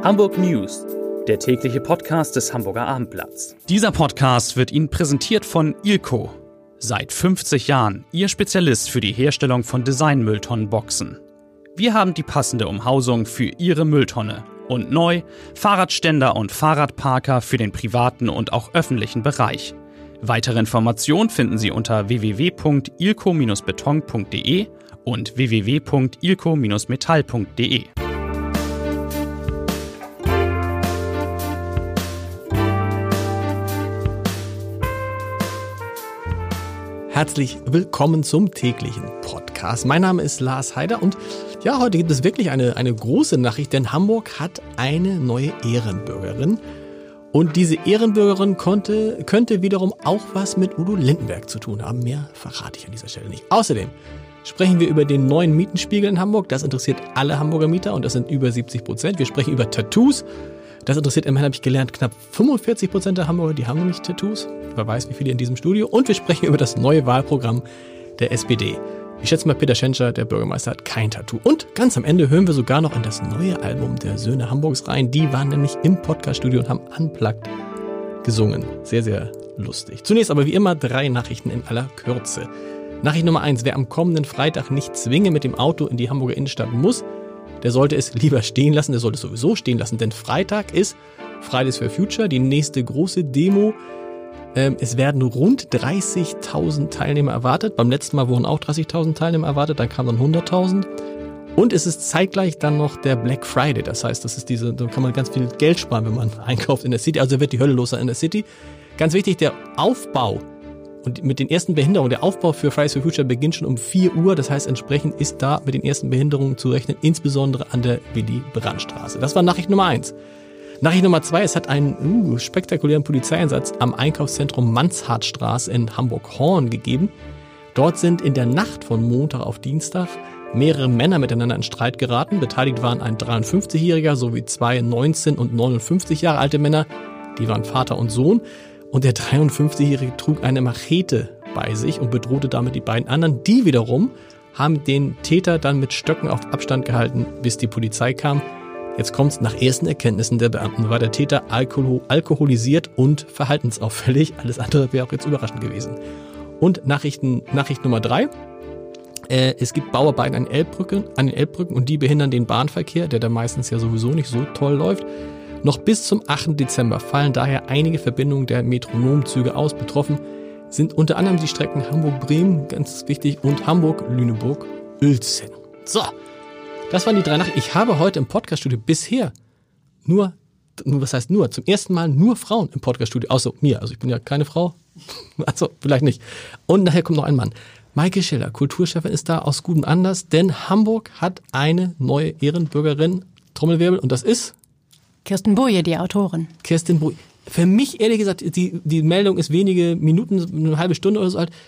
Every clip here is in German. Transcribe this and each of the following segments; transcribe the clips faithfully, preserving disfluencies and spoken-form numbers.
Hamburg News, der tägliche Podcast des Hamburger Abendblatts. Dieser Podcast wird Ihnen präsentiert von Ilco. Seit fünfzig Jahren Ihr Spezialist für die Herstellung von Design-Mülltonnenboxen. Wir haben die passende Umhausung für Ihre Mülltonne. Und neu Fahrradständer und Fahrradparker für den privaten und auch öffentlichen Bereich. Weitere Informationen finden Sie unter w w w punkt ilco Bindestrich beton punkt d e und w w w punkt ilco Bindestrich metall punkt d e. Herzlich willkommen zum täglichen Podcast. Mein Name ist Lars Heider und ja, heute gibt es wirklich eine, eine große Nachricht, denn Hamburg hat eine neue Ehrenbürgerin. Und diese Ehrenbürgerin konnte, könnte wiederum auch was mit Udo Lindenberg zu tun haben. Mehr verrate ich an dieser Stelle nicht. Außerdem sprechen wir über den neuen Mietenspiegel in Hamburg. Das interessiert alle Hamburger Mieter und das sind über siebzig Prozent. Wir sprechen über Tattoos. Das interessiert immerhin, habe ich gelernt, knapp fünfundvierzig Prozent der Hamburger, die haben nämlich Tattoos. Wer weiß, wie viele in diesem Studio. Und wir sprechen über das neue Wahlprogramm der S P D. Ich schätze mal, Peter Schenscher, der Bürgermeister, hat kein Tattoo. Und ganz am Ende hören wir sogar noch in das neue Album der Söhne Hamburgs rein. Die waren nämlich im Podcaststudio und haben unplugged gesungen. Sehr, sehr lustig. Zunächst aber wie immer drei Nachrichten in aller Kürze. Nachricht Nummer eins. Wer am kommenden Freitag nicht zwingend mit dem Auto in die Hamburger Innenstadt muss, der sollte es lieber stehen lassen. Der sollte es sowieso stehen lassen, denn Freitag ist Fridays for Future, die nächste große Demo. Es werden rund dreißigtausend Teilnehmer erwartet. Beim letzten Mal wurden auch dreißigtausend Teilnehmer erwartet, dann kamen dann hunderttausend. Und es ist zeitgleich dann noch der Black Friday. Das heißt, das ist diese, da kann man ganz viel Geld sparen, wenn man einkauft in der City. Also wird die Hölle los sein in der City. Ganz wichtig, der Aufbau und mit den ersten Behinderungen, der Aufbau für Fridays for Future beginnt schon um vier Uhr. Das heißt, entsprechend ist da mit den ersten Behinderungen zu rechnen, insbesondere an der Willy-Brandt-Straße. Das war Nachricht Nummer eins. Nachricht Nummer zwei, es hat einen uh, spektakulären Polizeieinsatz am Einkaufszentrum Manshardtstraße in Hamburg-Horn gegeben. Dort sind in der Nacht von Montag auf Dienstag mehrere Männer miteinander in Streit geraten. Beteiligt waren ein dreiundfünfzigjähriger sowie zwei neunzehn- und neunundfünfzig Jahre alte Männer. Die waren Vater und Sohn. Und der dreiundfünfzigjährige trug eine Machete bei sich und bedrohte damit die beiden anderen. Die wiederum haben den Täter dann mit Stöcken auf Abstand gehalten, bis die Polizei kam. Jetzt kommt's, nach ersten Erkenntnissen der Beamten war der Täter alkohol- alkoholisiert und verhaltensauffällig. Alles andere wäre auch jetzt überraschend gewesen. Und Nachrichten, Nachricht Nummer drei. Äh, es gibt Bauarbeiten an Elbbrücken, an den Elbbrücken und die behindern den Bahnverkehr, der da meistens ja sowieso nicht so toll läuft. Noch bis zum achten Dezember fallen daher einige Verbindungen der Metronomzüge aus. Betroffen sind unter anderem die Strecken Hamburg-Bremen, ganz wichtig, und Hamburg-Lüneburg-Uelzen. So. Das waren die drei Nachrichten. Ich habe heute im Podcaststudio bisher nur, was heißt nur, zum ersten Mal nur Frauen im Podcaststudio, außer mir. Also ich bin ja keine Frau, also vielleicht nicht. Und nachher kommt noch ein Mann. Maike Schiller, Kulturchefin, ist da aus gutem Anlass, denn Hamburg hat eine neue Ehrenbürgerin, Trommelwirbel, und das ist? Kirsten Boje, die Autorin. Kirsten Boje. Für mich, ehrlich gesagt, die, die Meldung ist wenige Minuten, eine halbe Stunde oder so alt.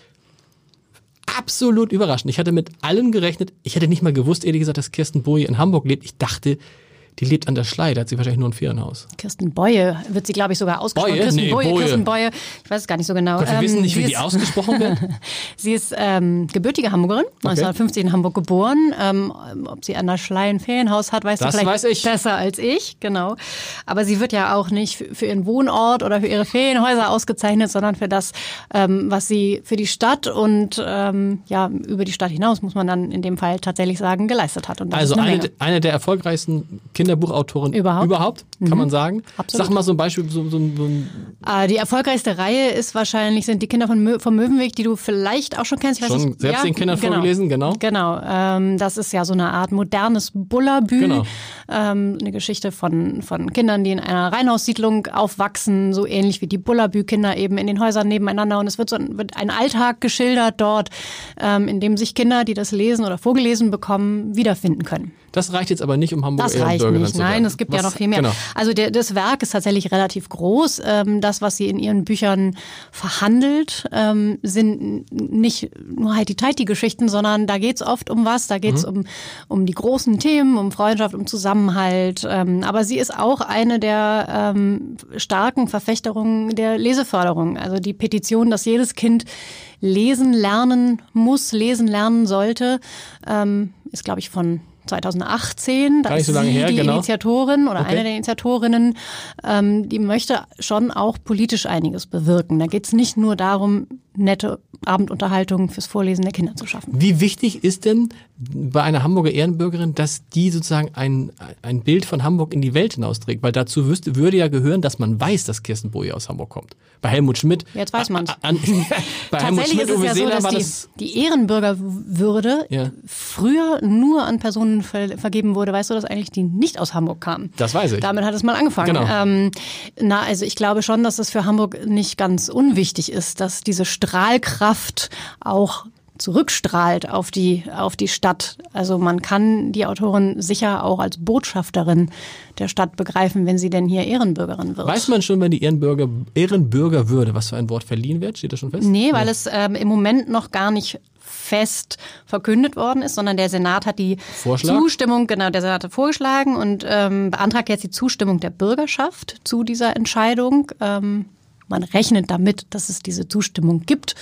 Absolut überraschend. Ich hatte mit allem gerechnet. Ich hätte nicht mal gewusst, ehrlich gesagt, dass Kirsten Boje in Hamburg lebt. Ich dachte, die lebt an der Schlei. Da hat sie wahrscheinlich nur ein Ferienhaus. Kirsten Boje wird sie, glaube ich, sogar ausgesprochen. Boje? Kirsten Nee, Boje, Boje. Kirsten Boje. Ich weiß es gar nicht so genau. Gott, wir ähm, wissen nicht, wie ist, die ausgesprochen wird. Sie ist ähm, gebürtige Hamburgerin, neunzehnhundertfünfzig in Hamburg geboren. Ähm, ob sie an der Schlei ein Ferienhaus hat, weißt Das du vielleicht weiß ich. besser als ich. Genau. Aber sie wird ja auch nicht für, für ihren Wohnort oder für ihre Ferienhäuser ausgezeichnet, sondern für das, ähm, was sie für die Stadt und ähm, ja über die Stadt hinaus, muss man dann in dem Fall tatsächlich sagen, geleistet hat. Und das Also ist eine, eine, eine der erfolgreichsten Kinderbuchautoren überhaupt, überhaupt kann mhm. man sagen. Absolut. Sag mal so ein Beispiel. So, so, so ein äh, die erfolgreichste Reihe ist wahrscheinlich, sind die Kinder von Mö- vom Möwenweg, die du vielleicht auch schon kennst. Ich weiß schon nicht. selbst ja, den Kindern genau. vorgelesen, genau. Genau, ähm, das ist ja so eine Art modernes Bullabü. Genau. Ähm, eine Geschichte von, von Kindern, die in einer Reihenhaussiedlung aufwachsen, so ähnlich wie die Bullabü-Kinder eben in den Häusern nebeneinander. Und es wird so ein, wird ein Alltag geschildert dort, ähm, in dem sich Kinder, die das lesen oder vorgelesen bekommen, wiederfinden können. Das reicht jetzt aber nicht, um Hamburger Das reicht Ehrenbürgerin nicht, zu werden. nein, es gibt Was, ja noch viel mehr. Genau. Also der, das Werk ist tatsächlich relativ groß. Ähm, das, was sie in ihren Büchern verhandelt, ähm, sind nicht nur Heidi-Teiti-Geschichten, sondern da geht's oft um was. Da geht's mhm. um, um die großen Themen, um Freundschaft, um Zusammenhalt. Ähm, aber sie ist auch eine der ähm, starken Verfechterungen der Leseförderung. Also die Petition, dass jedes Kind lesen lernen muss, lesen lernen sollte, ähm, ist, glaube ich, von zweitausendachtzehn. Da Gar nicht ist so lange sie her, die genau. Initiatorin oder Okay. eine der Initiatorinnen. Ähm, die möchte schon auch politisch einiges bewirken. Da geht es nicht nur darum, nette Abendunterhaltung fürs Vorlesen der Kinder zu schaffen. Wie wichtig ist denn bei einer Hamburger Ehrenbürgerin, dass die sozusagen ein, ein Bild von Hamburg in die Welt hinausträgt? Weil dazu wüsste, würde ja gehören, dass man weiß, dass Kirsten Boje aus Hamburg kommt. Bei Helmut Schmidt. Jetzt weiß man's. a- an- Bei Helmut Tatsächlich Schmidt, ist es Uwe ja so, Seeler dass war die, das. die Ehrenbürgerwürde Ja. früher nur an Personen ver vergeben wurde. Weißt du das eigentlich, die nicht aus Hamburg kamen? Das weiß ich. Damit hat es mal angefangen. Genau. Ähm, na, also ich glaube schon, dass es für Hamburg nicht ganz unwichtig ist, dass diese Strahlkraft auch zurückstrahlt auf die, auf die Stadt. Also man kann die Autorin sicher auch als Botschafterin der Stadt begreifen, wenn sie denn hier Ehrenbürgerin wird. Weiß man schon, wenn die Ehrenbürger, Ehrenbürgerwürde, was für ein Wort verliehen wird? Steht das schon fest? Nee, weil es ähm, im Moment noch gar nicht fest verkündet worden ist, sondern der Senat hat die Vorschlag? Zustimmung, genau, der Senat hat vorgeschlagen und ähm, beantragt jetzt die Zustimmung der Bürgerschaft zu dieser Entscheidung. Ähm, man rechnet damit, dass es diese Zustimmung gibt.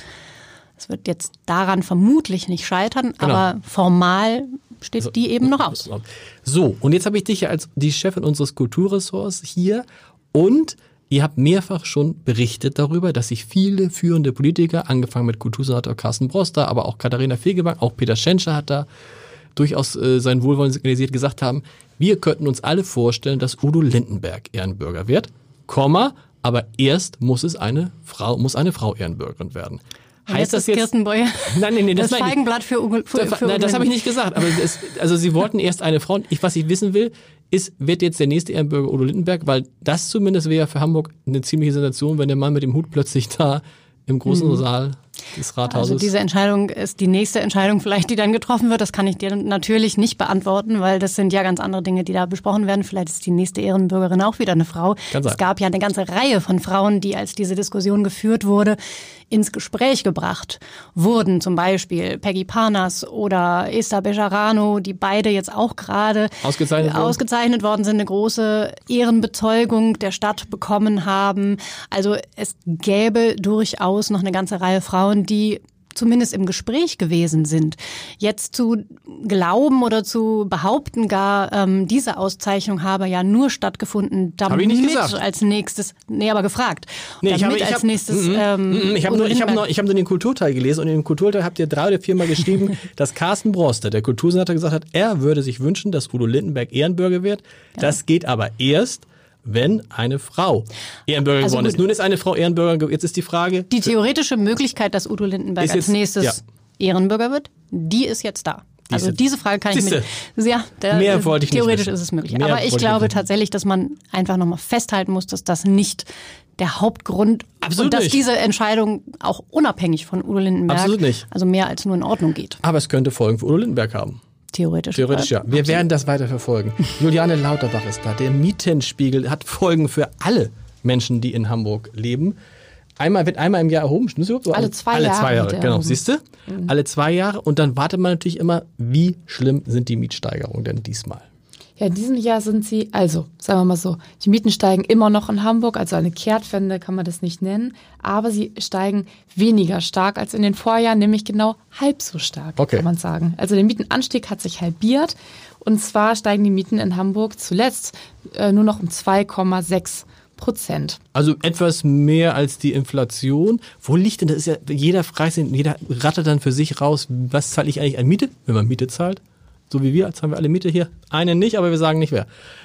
Es wird jetzt daran vermutlich nicht scheitern, Genau. aber formal steht Also, die eben noch aus. So, und jetzt habe ich dich ja als die Chefin unseres Kulturressorts hier und ihr habt mehrfach schon berichtet darüber, dass sich viele führende Politiker, angefangen mit Kultursenator Carsten Broster, aber auch Katharina Fegebank, auch Peter Schenscher hat da durchaus äh, sein Wohlwollen signalisiert, gesagt haben, wir könnten uns alle vorstellen, dass Udo Lindenberg Ehrenbürger wird, Komma, aber erst muss es eine Frau, muss eine Frau Ehrenbürgerin werden. Und Heißt jetzt das ist jetzt? Kirsten Boje Nein, nein, nein, das, das meine ich. Feigenblatt für Ugo. Für, für Nein, das Udo habe ich nicht gesagt. Aber es, also Sie wollten erst eine Frau. Ich, was ich wissen will, ist, wird jetzt der nächste Ehrenbürger Udo Lindenberg? Weil das zumindest wäre für Hamburg eine ziemliche Sensation, wenn der Mann mit dem Hut plötzlich da im großen Saal des Rathauses. Also diese Entscheidung ist die nächste Entscheidung vielleicht, die dann getroffen wird. Das kann ich dir natürlich nicht beantworten, weil das sind ja ganz andere Dinge, die da besprochen werden. Vielleicht ist die nächste Ehrenbürgerin auch wieder eine Frau. Kann sein. Es gab ja eine ganze Reihe von Frauen, die, als diese Diskussion geführt wurde, ins Gespräch gebracht wurden. Zum Beispiel Peggy Parnas oder Esther Bejarano, die beide jetzt auch gerade Ausgezeichnet wurden. ausgezeichnet worden sind, eine große Ehrenbezeugung der Stadt bekommen haben. Also es gäbe durchaus noch eine ganze Reihe Frauen, die zumindest im Gespräch gewesen sind. Jetzt zu glauben oder zu behaupten gar, ähm, diese Auszeichnung habe ja nur stattgefunden, Hab ich nicht damit gesagt. als nächstes, nee, aber gefragt, Nee, ich damit habe, ich als hab, nächstes mm, mm, ähm, mm, ich habe Udo nur, ich hab Lindenberg- nur, ich hab nur den Kulturteil gelesen und in dem Kulturteil habt ihr drei oder viermal geschrieben, dass Carsten Broster, der Kultursenator, gesagt hat, er würde sich wünschen, dass Udo Lindenberg Ehrenbürger wird. Das geht aber erst, wenn eine Frau Ehrenbürger Also geworden ist. gut. Nun ist eine Frau Ehrenbürger, ge- jetzt ist die Frage, Die theoretische Möglichkeit, dass Udo Lindenberg Ist als jetzt- nächstes ja. Ehrenbürger wird, die ist jetzt da. Die ist Also jetzt- diese Frage kann ich Siehste, mir... Ja, der, mehr wollte ich nicht theoretisch wissen. ist es möglich. Mehr Aber wollte ich ich glaube wissen. tatsächlich, dass man einfach nochmal festhalten muss, dass das nicht der Hauptgrund Absolut und dass nicht. diese Entscheidung auch unabhängig von Udo Lindenberg Absolut nicht. also mehr als nur in Ordnung geht. aber es könnte Folgen für Udo Lindenberg haben. Theoretisch. Theoretisch ja. Wir werden das weiter verfolgen. Juliane Lauterbach ist da. Der Mietenspiegel hat Folgen für alle Menschen, die in Hamburg leben. Einmal wird einmal im Jahr erhoben. Stimmt das überhaupt so? Alle zwei Alle Jahre zwei Jahre, wird er genau. erhoben. Siehst du? Alle zwei Jahre. Und dann wartet man natürlich immer, wie schlimm sind die Mietsteigerungen denn diesmal? Ja, in diesem Jahr sind sie, also sagen wir mal so, die Mieten steigen immer noch in Hamburg, also eine Kehrtwende kann man das nicht nennen, aber sie steigen weniger stark als in den Vorjahren, nämlich genau halb so stark, Okay. kann man sagen. Also der Mietenanstieg hat sich halbiert und zwar steigen die Mieten in Hamburg zuletzt äh, nur noch um zwei Komma sechs Prozent. Also etwas mehr als die Inflation. Wo liegt denn das? Ist ja, jeder fragt, jeder rattert dann für sich raus, was zahle ich eigentlich an Miete, wenn man Miete zahlt? So wie wir, jetzt haben wir alle Miete hier. Eine nicht, aber wir sagen nicht wer.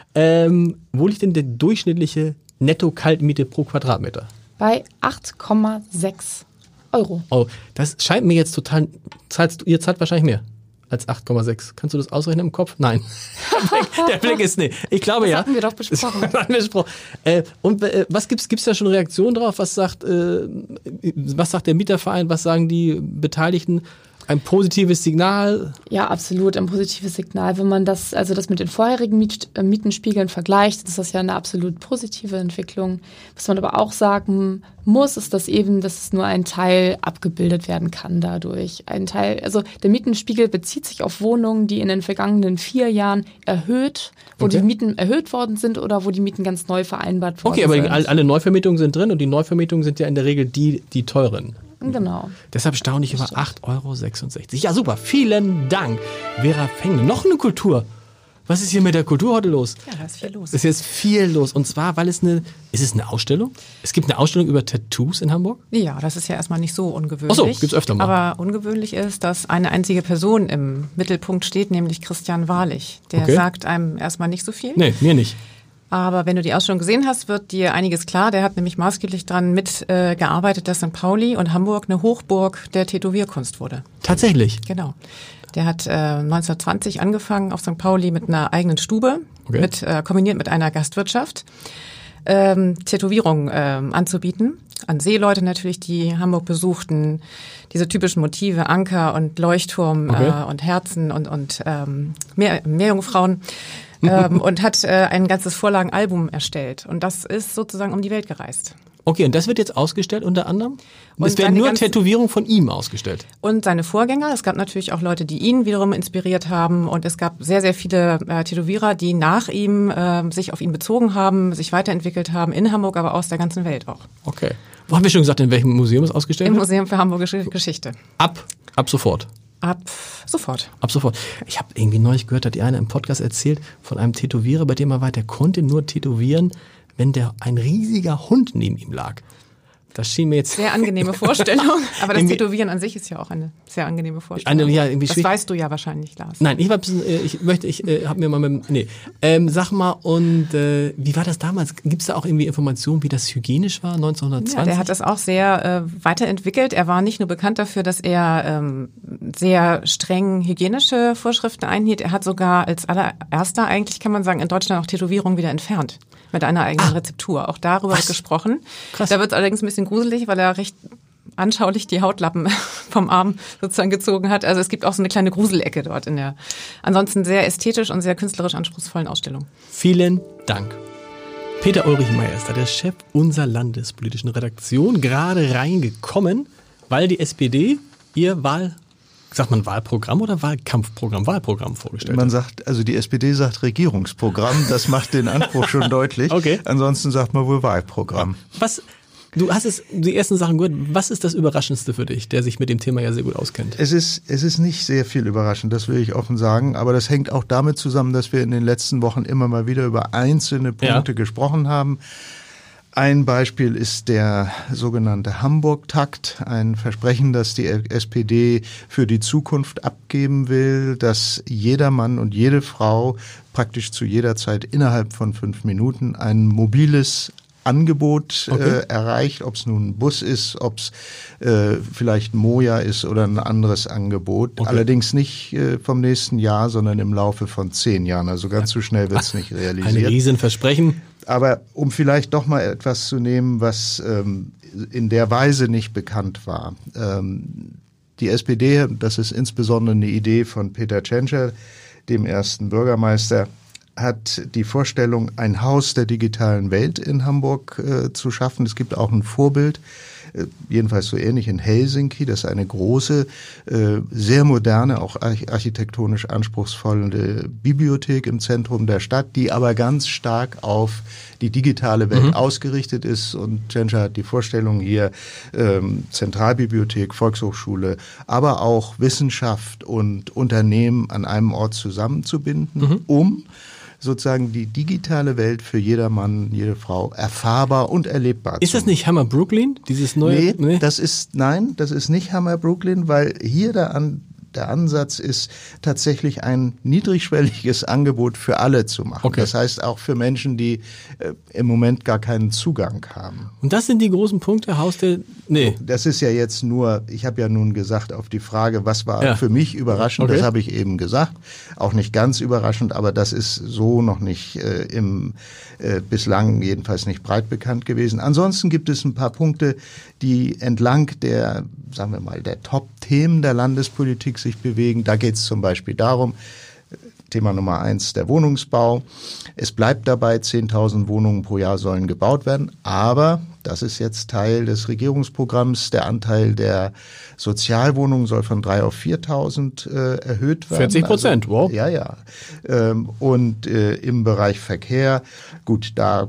Ähm, wo liegt denn die durchschnittliche Netto-Kaltmiete pro Quadratmeter? Bei acht Komma sechs Euro. Oh, das scheint mir jetzt total. Zahlst du, ihr zahlt wahrscheinlich mehr als acht Komma sechs. Kannst du das ausrechnen im Kopf? Nein. Der Blick, der Blick ist nee. Ich glaube Das ja. hatten wir doch besprochen. Das hatten wir besprochen. Äh, und äh, was gibt's? Gibt's da schon Reaktionen drauf? Was sagt, äh, was sagt der Mieterverein? Was sagen die Beteiligten? Ein positives Signal? Ja, absolut ein positives Signal. Wenn man das, also das mit den vorherigen Miet, äh, Mietenspiegeln vergleicht, ist das ja eine absolut positive Entwicklung. Was man aber auch sagen muss, ist, dass eben, dass nur ein Teil abgebildet werden kann dadurch. Ein Teil, also der Mietenspiegel bezieht sich auf Wohnungen, die in den vergangenen vier Jahren erhöht, wo Okay. die Mieten erhöht worden sind oder wo die Mieten ganz neu vereinbart worden Okay, aber sind. die, all- alle Neuvermietungen sind drin und die Neuvermietungen sind ja in der Regel die, die teuren. Genau. Deshalb staune ich über acht Euro sechsundsechzig. Ja, super. Vielen Dank. Vera Fengle. Noch eine Kultur. Was ist hier mit der Kultur heute los? Ja, da ist viel los. Es ist jetzt viel los. Und zwar, weil es eine, ist es eine Ausstellung? Es gibt eine Ausstellung über Tattoos in Hamburg? Ja, das ist ja erstmal nicht so ungewöhnlich. Ach so, gibt's öfter mal. Aber ungewöhnlich ist, dass eine einzige Person im Mittelpunkt steht, nämlich Christian Wahrlich. Der Okay. sagt einem erstmal nicht so viel. Nee, mir nicht. Aber wenn du die Ausstellung gesehen hast, wird dir einiges klar. Der hat nämlich maßgeblich daran mitgearbeitet, äh, gearbeitet, dass Sankt Pauli und Hamburg eine Hochburg der Tätowierkunst wurde. Tatsächlich? Genau. Der hat äh, neunzehnhundertzwanzig angefangen auf Sankt Pauli mit einer eigenen Stube, Okay. mit, äh, kombiniert mit einer Gastwirtschaft, ähm, Tätowierungen ähm, anzubieten. An Seeleute natürlich, die Hamburg besuchten, diese typischen Motive, Anker und Leuchtturm Okay. äh, und Herzen und, und ähm, Meer, Meerjungfrauen. ähm, und hat äh, ein ganzes Vorlagenalbum erstellt. Und das ist sozusagen um die Welt gereist. Okay, und das wird jetzt ausgestellt unter anderem? Und es Und werden seine nur ganzen- Tätowierungen von ihm ausgestellt. Und seine Vorgänger, es gab natürlich auch Leute, die ihn wiederum inspiriert haben. Und es gab sehr, sehr viele äh, Tätowierer, die nach ihm äh, sich auf ihn bezogen haben, sich weiterentwickelt haben, in Hamburg, aber aus der ganzen Welt auch. Okay. Wo haben wir schon gesagt, in welchem Museum es ausgestellt Im wird? Museum für Hamburgische Geschichte. Ab, ab sofort. Ab sofort. Ab sofort. Ich habe irgendwie neulich gehört, hat die eine im Podcast erzählt von einem Tätowierer, bei dem er war, der konnte nur tätowieren, wenn der ein riesiger Hund neben ihm lag. Das schien mir jetzt Sehr angenehme Vorstellung. Aber das Irgendwie- Tätowieren an sich ist ja auch eine sehr angenehme Vorstellung. Eine, ja, irgendwie das schwierig- weißt du ja wahrscheinlich, Lars. Nein, ich war ein bisschen, äh, ich möchte, ich äh, habe mir mal mit, nee, ähm, sag mal, und äh, wie war das damals? Gibt es da auch irgendwie Informationen, wie das hygienisch war, neunzehnhundertzwanzig? Ja, der hat das auch sehr äh, weiterentwickelt. Er war nicht nur bekannt dafür, dass er ähm, sehr streng hygienische Vorschriften einhielt. Er hat sogar als allererster, eigentlich kann man sagen, in Deutschland auch Tätowierungen wieder entfernt. Mit einer eigenen Ah. Rezeptur. Auch darüber wird gesprochen. Krass. Da wird es allerdings ein bisschen gruselig, weil er recht anschaulich die Hautlappen vom Arm sozusagen gezogen hat. Also es gibt auch so eine kleine Gruselecke dort in der ansonsten sehr ästhetisch und sehr künstlerisch anspruchsvollen Ausstellung. Vielen Dank. Peter Ulrich Meyer ist da, der Chef unserer landespolitischen Redaktion, gerade reingekommen, weil die S P D ihr Wahl, sagt man Wahlprogramm oder Wahlkampfprogramm, Wahlprogramm vorgestellt Man hat. sagt, also die S P D sagt Regierungsprogramm, das macht den Anspruch schon deutlich. Okay. Ansonsten sagt man wohl Wahlprogramm. Was, du hast es, die ersten Sachen gehört, was ist das Überraschendste für dich, der sich mit dem Thema ja sehr gut auskennt? Es ist, es ist nicht sehr viel überraschend, das will ich offen sagen, aber das hängt auch damit zusammen, dass wir in den letzten Wochen immer mal wieder über einzelne Punkte Ja. gesprochen haben. Ein Beispiel ist der sogenannte Hamburg-Takt, ein Versprechen, das die S P D für die Zukunft abgeben will, dass jeder Mann und jede Frau praktisch zu jeder Zeit innerhalb von fünf Minuten ein mobiles Angebot Okay. äh, erreicht, ob es nun ein Bus ist, ob es äh, vielleicht Moja ist oder ein anderes Angebot. Okay. Allerdings nicht äh, vom nächsten Jahr, sondern im Laufe von zehn Jahren. Also ganz so schnell wird es nicht Ein realisiert. Riesenversprechen. Aber um vielleicht doch mal etwas zu nehmen, was ähm, in der Weise nicht bekannt war. Ähm, die S P D, das ist insbesondere eine Idee von Peter Tschentscher, dem ersten Bürgermeister, hat die Vorstellung, ein Haus der digitalen Welt in Hamburg äh, zu schaffen. Es gibt auch ein Vorbild, äh, jedenfalls so ähnlich in Helsinki. Das ist eine große, äh, sehr moderne, auch arch- architektonisch anspruchsvolle Bibliothek im Zentrum der Stadt, die aber ganz stark auf die digitale Welt Mhm. ausgerichtet ist. Und Tschentscher hat die Vorstellung hier, ähm, Zentralbibliothek, Volkshochschule, aber auch Wissenschaft und Unternehmen an einem Ort zusammenzubinden, Mhm. um sozusagen die digitale Welt für jedermann, jede Frau erfahrbar und erlebbar Ist zu das nicht Hammer Brooklyn, dieses neue? Nee, das ist, nein, das ist nicht Hammer Brooklyn, weil hier der, An, der Ansatz ist, tatsächlich ein niedrigschwelliges Angebot für alle zu machen. Okay. Das heißt auch für Menschen, die äh, im Moment gar keinen Zugang haben. Und das sind die großen Punkte, Haus der, nee. Das ist ja jetzt nur, ich habe ja nun gesagt auf die Frage, was war Ja. für mich überraschend, Okay. das habe ich eben gesagt. Auch nicht ganz überraschend, aber das ist so noch nicht äh, im äh, bislang jedenfalls nicht breit bekannt gewesen. Ansonsten gibt es ein paar Punkte, die entlang der, sagen wir mal, der Top-Themen der Landespolitik sich bewegen. Da geht es zum Beispiel darum, Thema Nummer eins, der Wohnungsbau. Es bleibt dabei, zehntausend Wohnungen pro Jahr sollen gebaut werden, aber das ist jetzt Teil des Regierungsprogramms. Der Anteil der Sozialwohnungen soll von drei auf viertausend äh, erhöht werden. vierzig Prozent, also, wow. Ja, ja. Ähm, und äh, im Bereich Verkehr, gut, da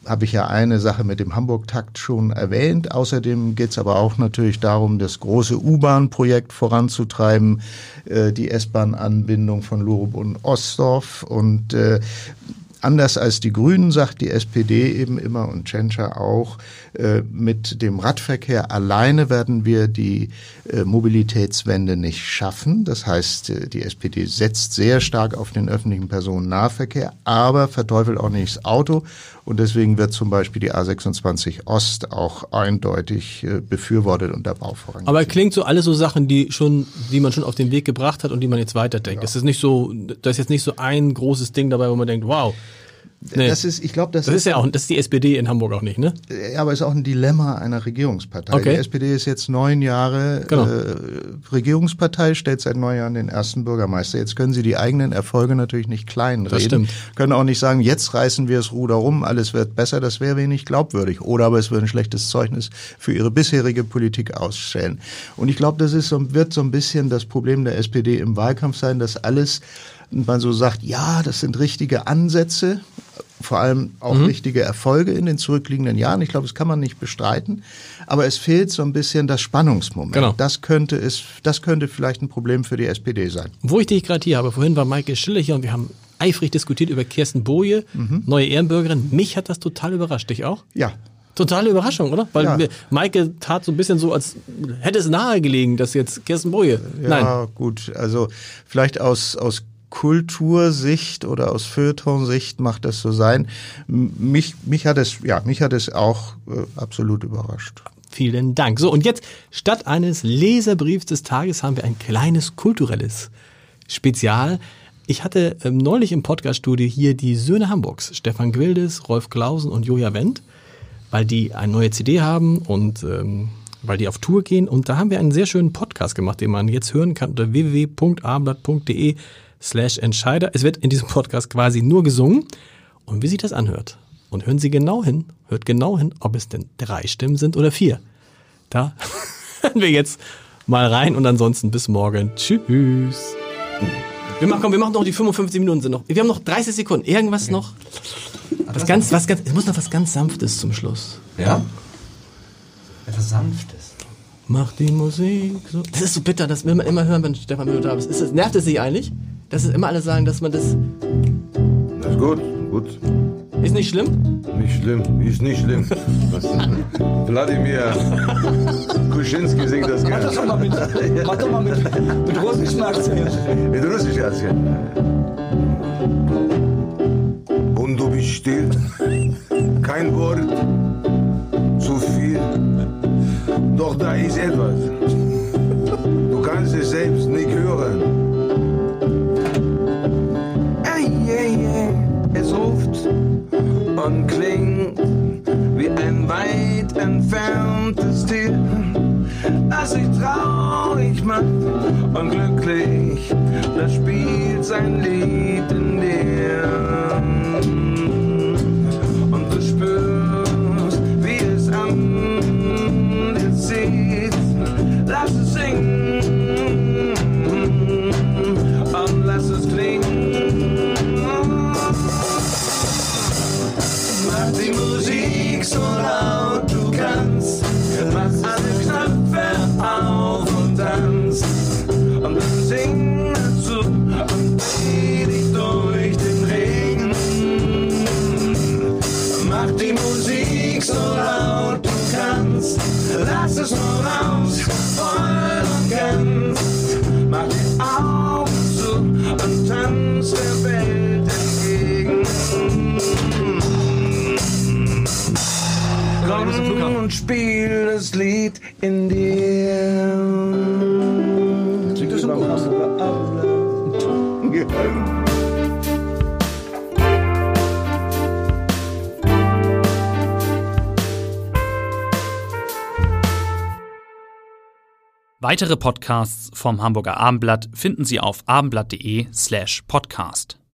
habe ich ja eine Sache mit dem Hamburg-Takt schon erwähnt. Außerdem geht es aber auch natürlich darum, das große U-Bahn-Projekt voranzutreiben, äh, die S-Bahn-Anbindung von Lurup und Ostdorf. Und äh, anders als die Grünen sagt die S P D eben immer und Tschentscher auch, äh, mit dem Radverkehr alleine werden wir die äh, Mobilitätswende nicht schaffen. Das heißt, äh, die S P D setzt sehr stark auf den öffentlichen Personennahverkehr, aber verteufelt auch nicht das Auto. Und deswegen wird zum Beispiel die A sechsundzwanzig Ost auch eindeutig äh, befürwortet und der Bau vorangetrieben. Aber klingt so alles so Sachen, die schon, die man schon auf den Weg gebracht hat und die man jetzt weiterdenkt. Ja. Das ist nicht so, da ist jetzt nicht so ein großes Ding dabei, wo man denkt, wow. Nee. Das ist, ich glaube, das, das ist ist ja auch, das ist die S P D in Hamburg auch nicht, ne? Ja, aber es ist auch ein Dilemma einer Regierungspartei. Okay. Die S P D ist jetzt neun Jahre genau. äh, Regierungspartei, stellt seit neun Jahren den ersten Bürgermeister. Jetzt können sie die eigenen Erfolge natürlich nicht kleinreden. Das stimmt. Können auch nicht sagen, jetzt reißen wir das Ruder rum, alles wird besser. Das wäre wenig glaubwürdig. Oder aber es würde ein schlechtes Zeugnis für ihre bisherige Politik ausstellen. Und ich glaube, das ist so, wird so ein bisschen das Problem der S P D im Wahlkampf sein, dass alles man so sagt, ja, das sind richtige Ansätze, vor allem auch mhm. richtige Erfolge in den zurückliegenden Jahren. Ich glaube, das kann man nicht bestreiten. Aber es fehlt so ein bisschen das Spannungsmoment. Genau. Das könnte es, das könnte vielleicht ein Problem für die S P D sein. Wo ich dich gerade hier habe, vorhin war Maike Schiller hier und wir haben eifrig diskutiert über Kirsten Boje, mhm. neue Ehrenbürgerin. Mich hat das total überrascht. Dich auch? Ja. Totale Überraschung, oder? Weil ja. Maike tat so ein bisschen so, als hätte es nahegelegen, dass jetzt Kirsten Boje. Ja, Nein. gut. Also vielleicht aus, aus Kultursicht oder aus Feuilleton-Sicht macht das so sein. Mich, mich hat es, ja, mich hat es auch äh, absolut überrascht. Vielen Dank. So, und jetzt statt eines Leserbriefs des Tages haben wir ein kleines kulturelles Spezial. Ich hatte ähm, neulich im Podcaststudio hier die Söhne Hamburgs, Stefan Gwildes, Rolf Clausen und Joja Wendt, weil die eine neue C D haben und ähm, weil die auf Tour gehen. Und da haben wir einen sehr schönen Podcast gemacht, den man jetzt hören kann unter w w w punkt abendblatt punkt d e slash Entscheider. Es wird in diesem Podcast quasi nur gesungen. Und wie sich das anhört. Und hören Sie genau hin, hört genau hin, ob es denn drei Stimmen sind oder vier. Da hören wir jetzt mal rein und ansonsten bis morgen. Tschüss. Wir machen, komm, wir machen noch die fünfundfünfzig Minuten sind noch. Wir haben noch dreißig Sekunden. Irgendwas okay. noch? Was ganz, was ganz, es muss noch was ganz Sanftes zum Schluss. Ja? Etwas Sanftes. Mach die Musik so. Das ist so bitter, das will man immer hören, wenn Stefan Müller da ist. ist das, nervt es Sie eigentlich? Dass es immer alle sagen, dass man das... Das ist gut, gut. Ist nicht schlimm? Nicht schlimm, ist nicht schlimm. Was, Wladimir Kuschinski singt das gerne. Mach doch mal mit, mach doch mal mit, mit russischen Akzent. Mit russischen Akzent. Und du bist still, kein Wort, zu viel. Doch da ist etwas, du kannst es selbst nicht hören. Ey, ey, ey, es ruft und klingt wie ein weit entferntes Tier, das sich traurig macht und glücklich, das spielt sein Lied in dir. Und du spürst, wie es an dir zieht. Lass es singen und lass es klingen. Mach die Musik so laut du kannst, mach alle Knöpfe auf und tanz und dann sing dazu und dreh dich durch den Regen. Mach die Musik so laut du kannst, lass es nur raus, voll und ganz. Mach die Augen zu und tanz der Welt entgegen. Komm und spiel das Lied in dir. Klingt das schon gut? Weitere Podcasts vom Hamburger Abendblatt finden Sie auf abendblatt punkt de slash podcast.